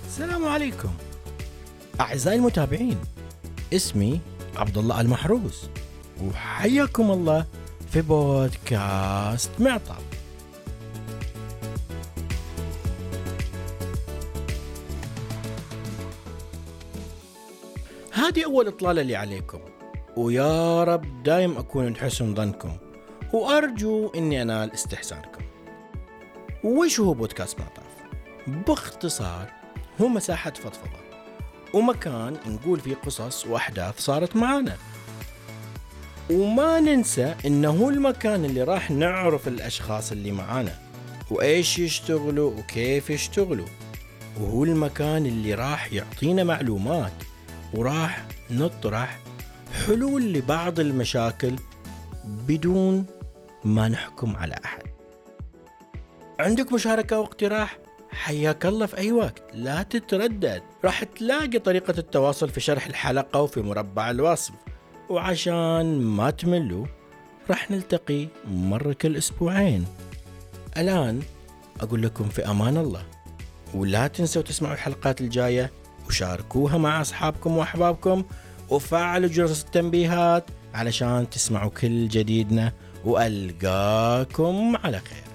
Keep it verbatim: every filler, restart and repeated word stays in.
السلام عليكم أعزائي المتابعين، اسمي عبد الله المحروس، وحياكم الله في بودكاست معطب. هذه أول إطلالة لي عليكم، ويا رب دايم أكون حسن ظنكم، وأرجو أني أنال استحسانكم. وش هو بودكاست معطب؟ باختصار هو مساحة فضفضة ومكان نقول فيه قصص وأحداث صارت معنا، وما ننسى إنه المكان اللي راح نعرف الأشخاص اللي معانا وإيش يشتغلوا وكيف يشتغلوا، وهو المكان اللي راح يعطينا معلومات وراح نطرح حلول لبعض المشاكل بدون ما نحكم على أحد. عندك مشاركة واقتراح؟ حياك الله في أي وقت، لا تتردد، راح تلاقي طريقة التواصل في شرح الحلقة وفي مربع الوصف. وعشان ما تملوا راح نلتقي مرة كل أسبوعين. الآن أقول لكم في أمان الله، ولا تنسوا تسمعوا الحلقات الجاية وشاركوها مع أصحابكم وأحبابكم، وفعلوا جرس التنبيهات علشان تسمعوا كل جديدنا، وألقاكم على خير.